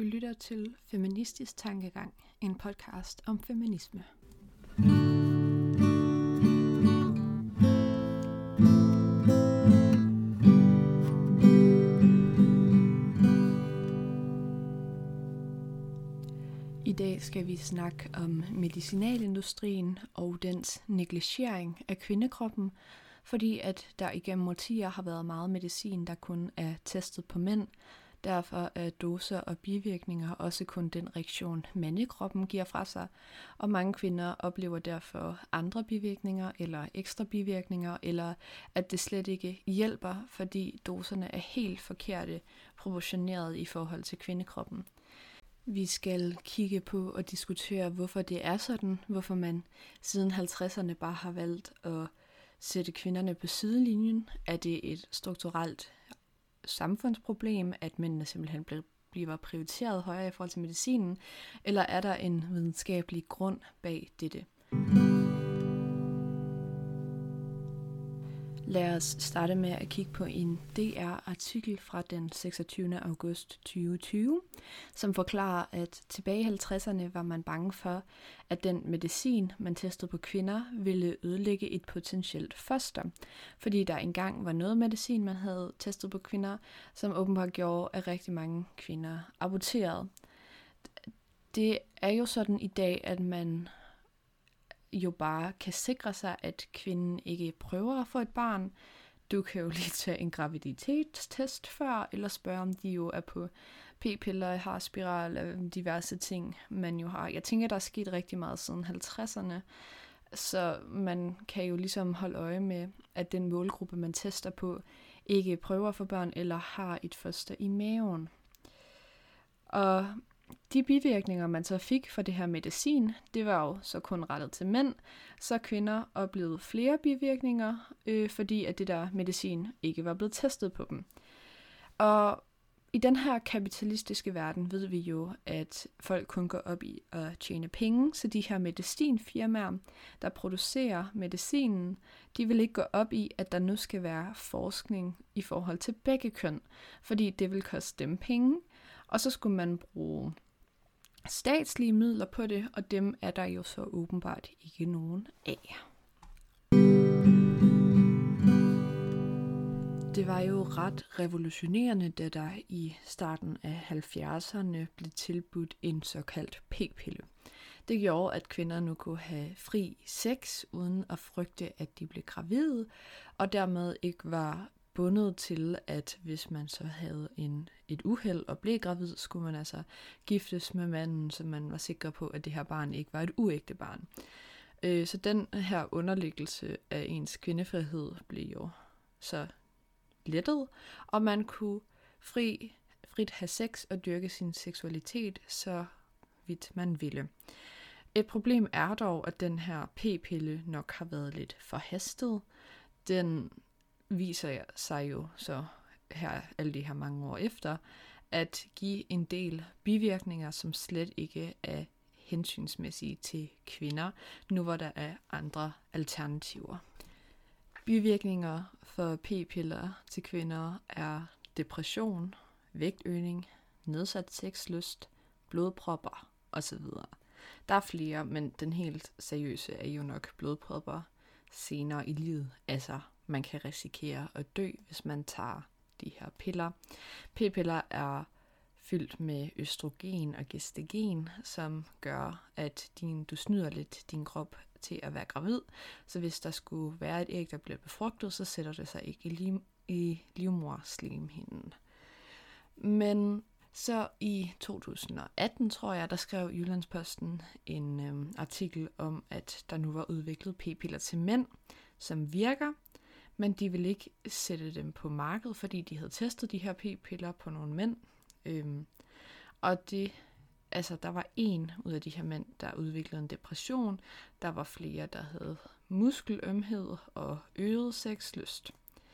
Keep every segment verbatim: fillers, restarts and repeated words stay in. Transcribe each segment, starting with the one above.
Du lytter til Feministisk Tankegang, en podcast om feminisme. I dag skal vi snakke om medicinalindustrien og dens negligering af kvindekroppen, fordi at der igennem årtier har været meget medicin, der kun er testet på mænd. Derfor er doser og bivirkninger også kun den reaktion, mandekroppen giver fra sig, og mange kvinder oplever derfor andre bivirkninger eller ekstra bivirkninger, eller at det slet ikke hjælper, fordi doserne er helt forkerte proportioneret i forhold til kvindekroppen. Vi skal kigge på og diskutere, hvorfor det er sådan, hvorfor man siden halvtredserne bare har valgt at sætte kvinderne på sidelinjen. Er det et strukturelt samfundsproblem, at mændene simpelthen bliver prioriteret højere i forhold til medicinen, eller er der en videnskabelig grund bag dette? Lad os starte med at kigge på en D R-artikel fra den seksogtyvende august tyve tyve, som forklarer, at tilbage i halvtredserne var man bange for, at den medicin, man testede på kvinder, ville ødelægge et potentielt foster, fordi der engang var noget medicin, man havde testet på kvinder, som åbenbart gjorde, at rigtig mange kvinder aborterede. Det er jo sådan i dag, at man jo bare kan sikre sig, at kvinden ikke prøver at få et barn. Du kan jo lige tage en graviditetstest før, eller spørge, om de jo er på p-piller, har spiral og diverse ting, man jo har. Jeg tænker, der er sket rigtig meget siden halvtredserne, så man kan jo ligesom holde øje med, at den målgruppe, man tester på, ikke prøver at få børn, eller har et foster i maven. Og de bivirkninger, man så fik for det her medicin, det var jo så kun rettet til mænd, så kvinder oplevede flere bivirkninger, øh, fordi at det der medicin ikke var blevet testet på dem. Og i den her kapitalistiske verden ved vi jo, at folk kun går op i at tjene penge, så de her medicinfirmaer, der producerer medicinen, de vil ikke gå op i, at der nu skal være forskning i forhold til begge køn, fordi det vil koste dem penge. Og så skulle man bruge statslige midler på det, og dem er der jo så åbenbart ikke nogen af. Det var jo ret revolutionerende, da der i starten af halvfjerdserne blev tilbudt en såkaldt p-pille. Det gjorde, at kvinder nu kunne have fri sex, uden at frygte, at de blev gravide, og dermed ikke var bundet til, at hvis man så havde en, et uheld og blev gravid, skulle man altså giftes med manden, så man var sikker på, at det her barn ikke var et uægte barn. Øh, så den her underlæggelse af ens kvindefrihed blev jo så lettet, og man kunne fri, frit have sex og dyrke sin seksualitet, så vidt man ville. Et problem er dog, at den her p-pille nok har været lidt forhastet. Den viser sig jo så her alle de her mange år efter, at give en del bivirkninger, som slet ikke er hensynsmæssige til kvinder, nu hvor der er andre alternativer. Bivirkninger for p-piller til kvinder er depression, vægtøgning, nedsat sexlyst, blodpropper osv. Der er flere, men den helt seriøse er jo nok blodpropper senere i livet, altså man kan risikere at dø, hvis man tager de her piller. P-piller er fyldt med østrogen og gestagen, som gør, at din, du snyder lidt din krop til at være gravid. Så hvis der skulle være et æg, der bliver befrugtet, så sætter det sig ikke i, lim, i livmoderslimhinden. Men så i to tusind og atten, tror jeg, der skrev Jyllandsposten en øhm, artikel om, at der nu var udviklet p-piller til mænd, som virker, men de ville ikke sætte dem på markedet, fordi de havde testet de her p-piller på nogle mænd. Øhm, og det, altså, der var en ud af de her mænd, der udviklede en depression. Der var flere, der havde muskelømhed og øget sexlyst.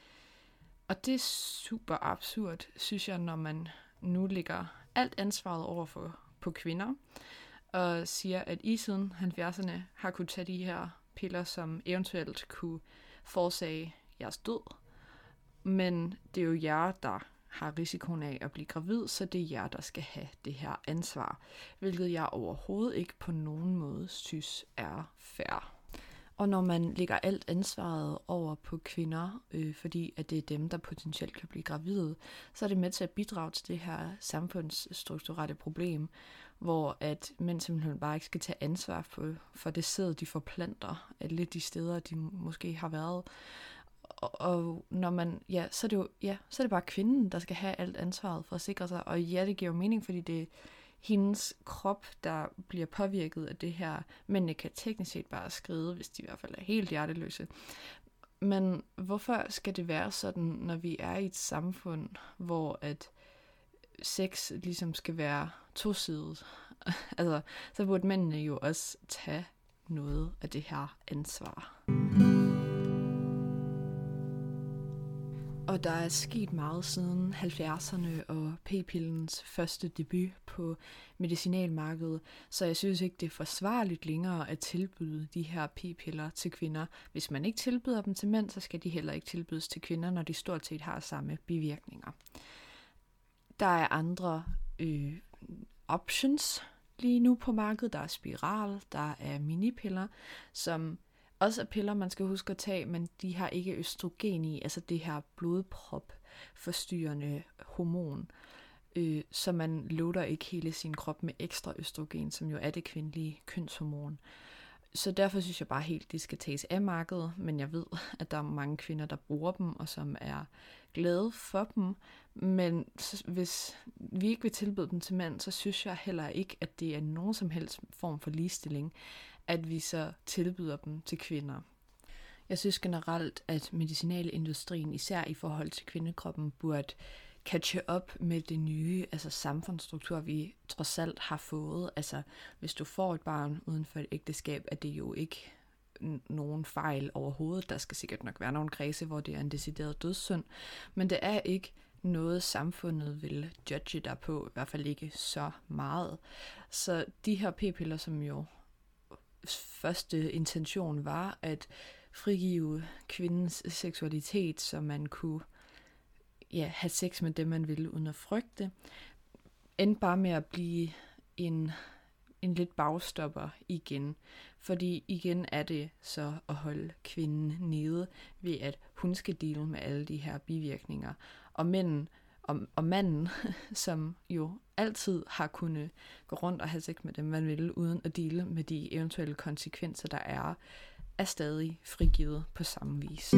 Og det er super absurd, synes jeg, når man nu lægger alt ansvaret over for, på kvinder, og siger, at I siden halvfjerdserne har kunne tage de her piller, som eventuelt kunne forårsage jeres død. Men det er jo jer, der har risikoen af at blive gravid, så det er jer, der skal have det her ansvar, hvilket jeg overhovedet ikke på nogen måde synes er fair. Og når man lægger alt ansvaret over på kvinder, øh, fordi at det er dem, der potentielt kan blive gravide, så er det med til at bidrage til det her samfundsstrukturelle problem, hvor at mænd simpelthen bare ikke skal tage ansvar for, for det sæd, de forplanter, alle de steder, de måske har været. Og, og når man, ja, så er det jo, ja, så er det bare kvinden, der skal have alt ansvaret for at sikre sig. Og ja, det giver jo mening, fordi det hendes krop, der bliver påvirket af det her. Mændene kan teknisk set bare skride, hvis de i hvert fald er helt hjerteløse. Men hvorfor skal det være sådan, når vi er i et samfund, hvor at sex ligesom skal være tosidet? Altså, så burde mændene jo også tage noget af det her ansvar. Og der er sket meget siden halvfjerdserne og p-pillens første debut på medicinalmarkedet, så jeg synes ikke, det er forsvarligt længere at tilbyde de her p-piller til kvinder. Hvis man ikke tilbyder dem til mænd, så skal de heller ikke tilbydes til kvinder, når de stort set har samme bivirkninger. Der er andre øh, options lige nu på markedet. Der er spiral, der er minipiller, som også er piller, man skal huske at tage, men de har ikke østrogen i, altså det her blodprop forstyrrende hormon. Øh, så man loader ikke hele sin krop med ekstra østrogen, som jo er det kvindelige kønshormon. Så derfor synes jeg bare helt, det skal tages af markedet, men jeg ved, at der er mange kvinder, der bruger dem, og som er glade for dem. Men hvis vi ikke vil tilbyde dem til mænd, så synes jeg heller ikke, at det er nogen som helst form for ligestilling, at vi så tilbyder dem til kvinder. Jeg synes generelt, at medicinalindustrien, især i forhold til kvindekroppen, burde catche op med det nye, altså samfundsstruktur, vi trods alt har fået. Altså, hvis du får et barn uden for et ægteskab, er det jo ikke n- nogen fejl overhovedet. Der skal sikkert nok være nogle kredse, hvor det er en decideret dødssynd, men det er ikke noget, samfundet vil judge dig på, i hvert fald ikke så meget. Så de her p-piller, som jo første intention var at frigive kvindens seksualitet, så man kunne ja, have sex med det, man ville, uden at frygte, endte bare med at blive en, en lidt bagstopper igen. Fordi igen er det så at holde kvinden nede, ved at hun skal dele med alle de her bivirkninger. Og mænden, og, og manden, som jo altid har kunnet gå rundt og have sex med dem, man ville, uden at dele med de eventuelle konsekvenser, der er, er stadig frigivet på samme vis.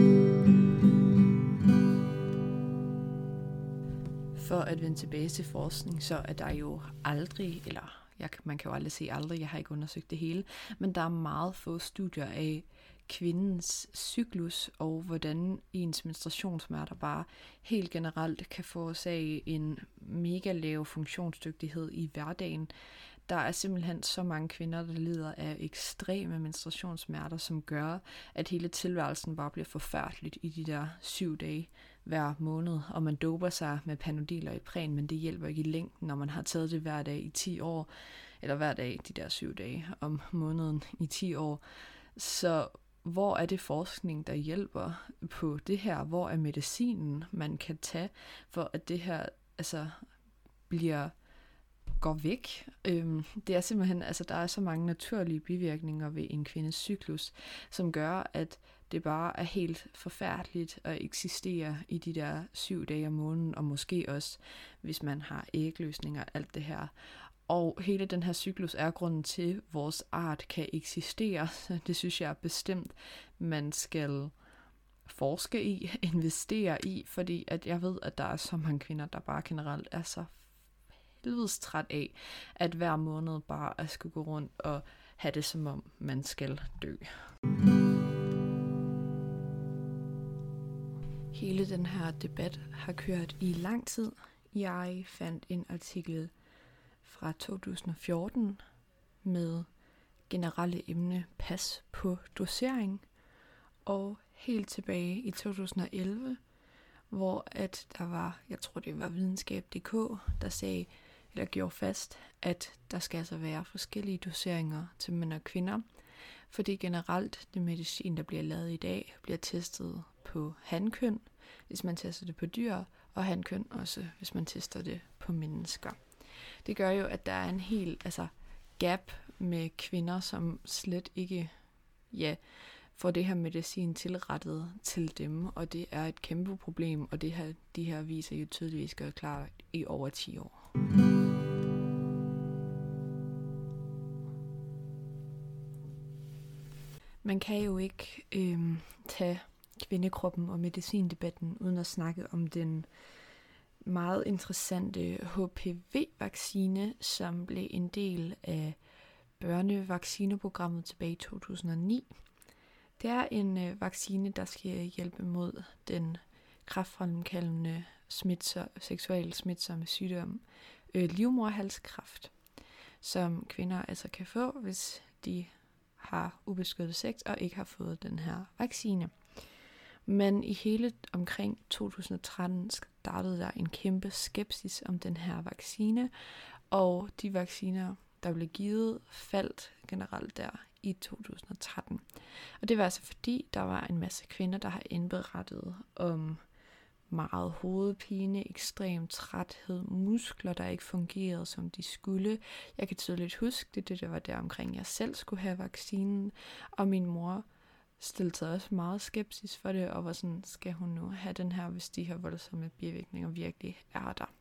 For at vende tilbage til forskning, så er der jo aldrig, eller jeg, man kan jo aldrig sige aldrig, jeg har ikke undersøgt det hele, men der er meget få studier af kvindens cyklus, og hvordan ens menstruationssmerter bare helt generelt kan forårsage en mega lav funktionsdygtighed i hverdagen. Der er simpelthen så mange kvinder, der lider af ekstreme menstruationssmerter, som gør, at hele tilværelsen bare bliver forfærdeligt i de der syv dage hver måned, og man doper sig med Panodil og Ipren, men det hjælper ikke i længden, når man har taget det hver dag i ti år, eller hver dag de der syv dage om måneden i ti år. Så hvor er det forskning, der hjælper på det her? Hvor er medicinen, man kan tage, for at det her altså bliver går væk? Øhm, det er simpelthen, altså der er så mange naturlige bivirkninger ved en kvindes cyklus, som gør, at det bare er helt forfærdeligt at eksistere i de der syv dage om måneden, og måske også, hvis man har ægløsninger og alt det her. Og hele den her cyklus er grunden til, at vores art kan eksistere. Så det synes jeg bestemt, man skal forske i, investere i, fordi at jeg ved, at der er så mange kvinder, der bare generelt er så helvedes træt af, at hver måned bare at skulle gå rundt og have det, som om man skal dø. Hele den her debat har kørt i lang tid. Jeg fandt en artikel fra to tusind og fjorten med generelle emne pas på dosering, og helt tilbage i to tusind og elleve, hvor at der var, jeg tror det var videnskab punktum d k, der sagde, eller gjorde fast, at der skal altså være forskellige doseringer til mænd og kvinder, fordi generelt det medicin, der bliver lavet i dag, bliver testet på hankøn, hvis man tester det på dyr, og hankøn også, hvis man tester det på mennesker. Det gør jo, at der er en helt altså, gap med kvinder, som slet ikke ja, får det her medicin tilrettet til dem, og det er et kæmpe problem, og det her, de her viser jo tydeligvis gør klar i over ti år. Man kan jo ikke øhm, tage kvindekroppen og medicindebatten uden at snakke om den meget interessante H P V-vaccine, som blev en del af børnevaccineprogrammet tilbage i to tusind og ni. Det er en øh, vaccine, der skal hjælpe mod den kræftfremkaldende smitsom, seksuelt smitsomme sygdom, øh, livmoderhalskræft, som kvinder altså kan få, hvis de har ubeskyttet sex og ikke har fået den her vaccine. Men i hele omkring to tusind og tretten startede der en kæmpe skepsis om den her vaccine, og de vacciner, der blev givet, faldt generelt der i to tusind og tretten. Og det var altså fordi, der var en masse kvinder, der har indberettet om meget hovedpine, ekstrem træthed, muskler, der ikke fungerede, som de skulle. Jeg kan tydeligt huske det, det der var der omkring, jeg selv skulle have vaccinen, og min mor stillede sig også meget skepsis for det, og var sådan, skal hun nu have den her, hvis de her voldsomme bivirkninger virkelig er der.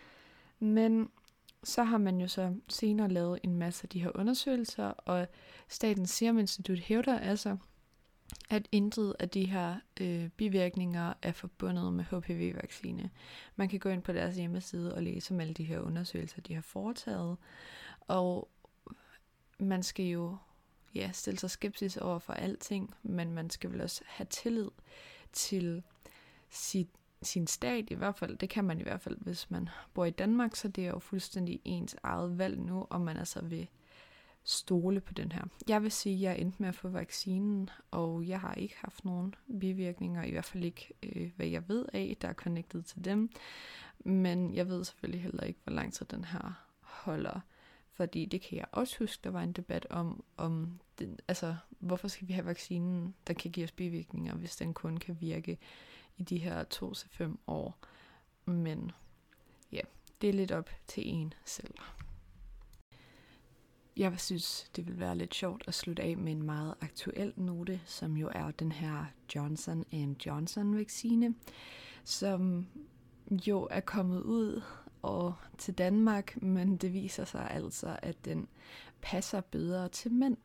Men så har man jo så senere lavet en masse af de her undersøgelser, og Statens Serum Institut hævder altså, at intet af de her øh, bivirkninger er forbundet med H P V-vaccine. Man kan gå ind på deres hjemmeside og læse om alle de her undersøgelser, de har foretaget, og man skal jo ja, stille sig skeptisk over for alting, men man skal vel også have tillid til sit, sin stat i hvert fald. Det kan man i hvert fald, hvis man bor i Danmark, så det er jo fuldstændig ens eget valg nu, om man altså vil stole på den her. Jeg vil sige, at jeg er endt med at få vaccinen, og jeg har ikke haft nogen bivirkninger, i hvert fald ikke, øh, hvad jeg ved af, der er connected til dem. Men jeg ved selvfølgelig heller ikke, hvor lang tid den her holder. Fordi det kan jeg også huske, der var en debat om, om den, altså, hvorfor skal vi have vaccinen, der kan give os bivirkninger, hvis den kun kan virke i de her to til fem år. Men ja, det er lidt op til en selv. Jeg synes, det vil være lidt sjovt at slutte af med en meget aktuel note, som jo er den her Johnson and Johnson-vaccine, som jo er kommet ud og til Danmark, men det viser sig altså, at den passer bedre til mænd.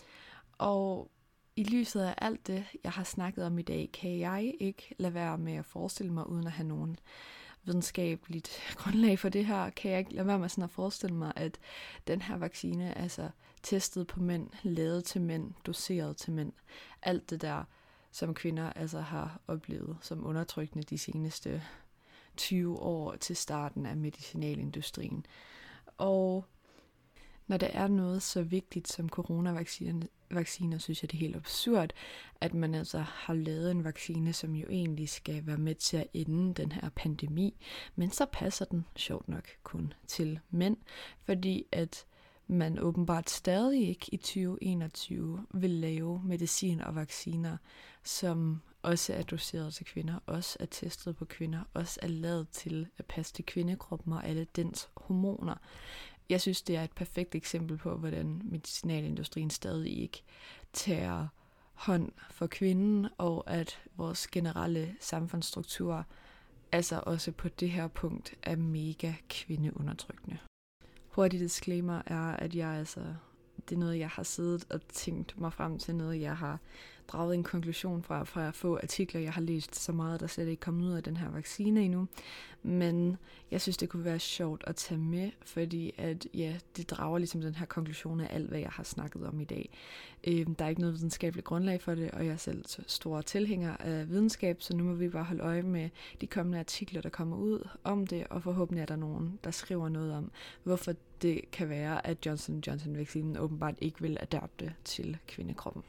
Og i lyset af alt det, jeg har snakket om i dag, kan jeg ikke lade være med at forestille mig, uden at have nogen videnskabeligt grundlag for det her, kan jeg ikke lade være med sådan at forestille mig, at den her vaccine er altså testet på mænd, lavet til mænd, doseret til mænd. Alt det der, som kvinder altså har oplevet som undertrykkende de seneste tyve år til starten af medicinalindustrien. Og når der er noget så vigtigt som coronavacciner, vacciner, synes jeg, det er helt absurd, at man altså har lavet en vaccine, som jo egentlig skal være med til at ende den her pandemi, men så passer den sjovt nok kun til mænd, fordi at man åbenbart stadig ikke i tyve enogtyve vil lave medicin og vacciner, som også er doseret til kvinder, også er testet på kvinder, også er lavet til at passe til kvindekroppen og alle dens hormoner. Jeg synes, det er et perfekt eksempel på, hvordan medicinalindustrien stadig ikke tager hånd for kvinden, og at vores generelle samfundsstruktur altså også på det her punkt er mega kvindeundertrykkende. Hurtigt disclaimer er, at jeg altså, det er noget, jeg har siddet og tænkt mig frem til, noget jeg har draget en konklusion fra, fra få artikler, jeg har læst så meget, der slet ikke kommet ud af den her vaccine endnu. Men jeg synes, det kunne være sjovt at tage med, fordi at, ja, det drager ligesom den her konklusion af alt, hvad jeg har snakket om i dag. Øh, der er ikke noget videnskabeligt grundlag for det, og jeg er selv stor tilhænger af videnskab, så nu må vi bare holde øje med de kommende artikler, der kommer ud om det, og forhåbentlig er der nogen, der skriver noget om, hvorfor det kan være, at Johnson and Johnson-vaccinen åbenbart ikke vil adapte til kvindekroppen.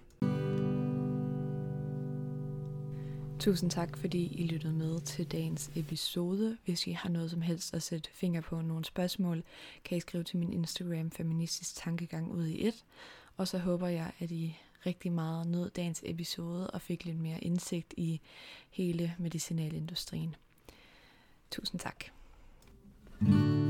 Tusind tak, fordi I lyttede med til dagens episode. Hvis I har noget som helst at sætte finger på nogle spørgsmål, kan I skrive til min Instagram Feministisk Tankegang ud i et. Og så håber jeg, at I rigtig meget nød dagens episode og fik lidt mere indsigt i hele medicinalindustrien. Tusind tak.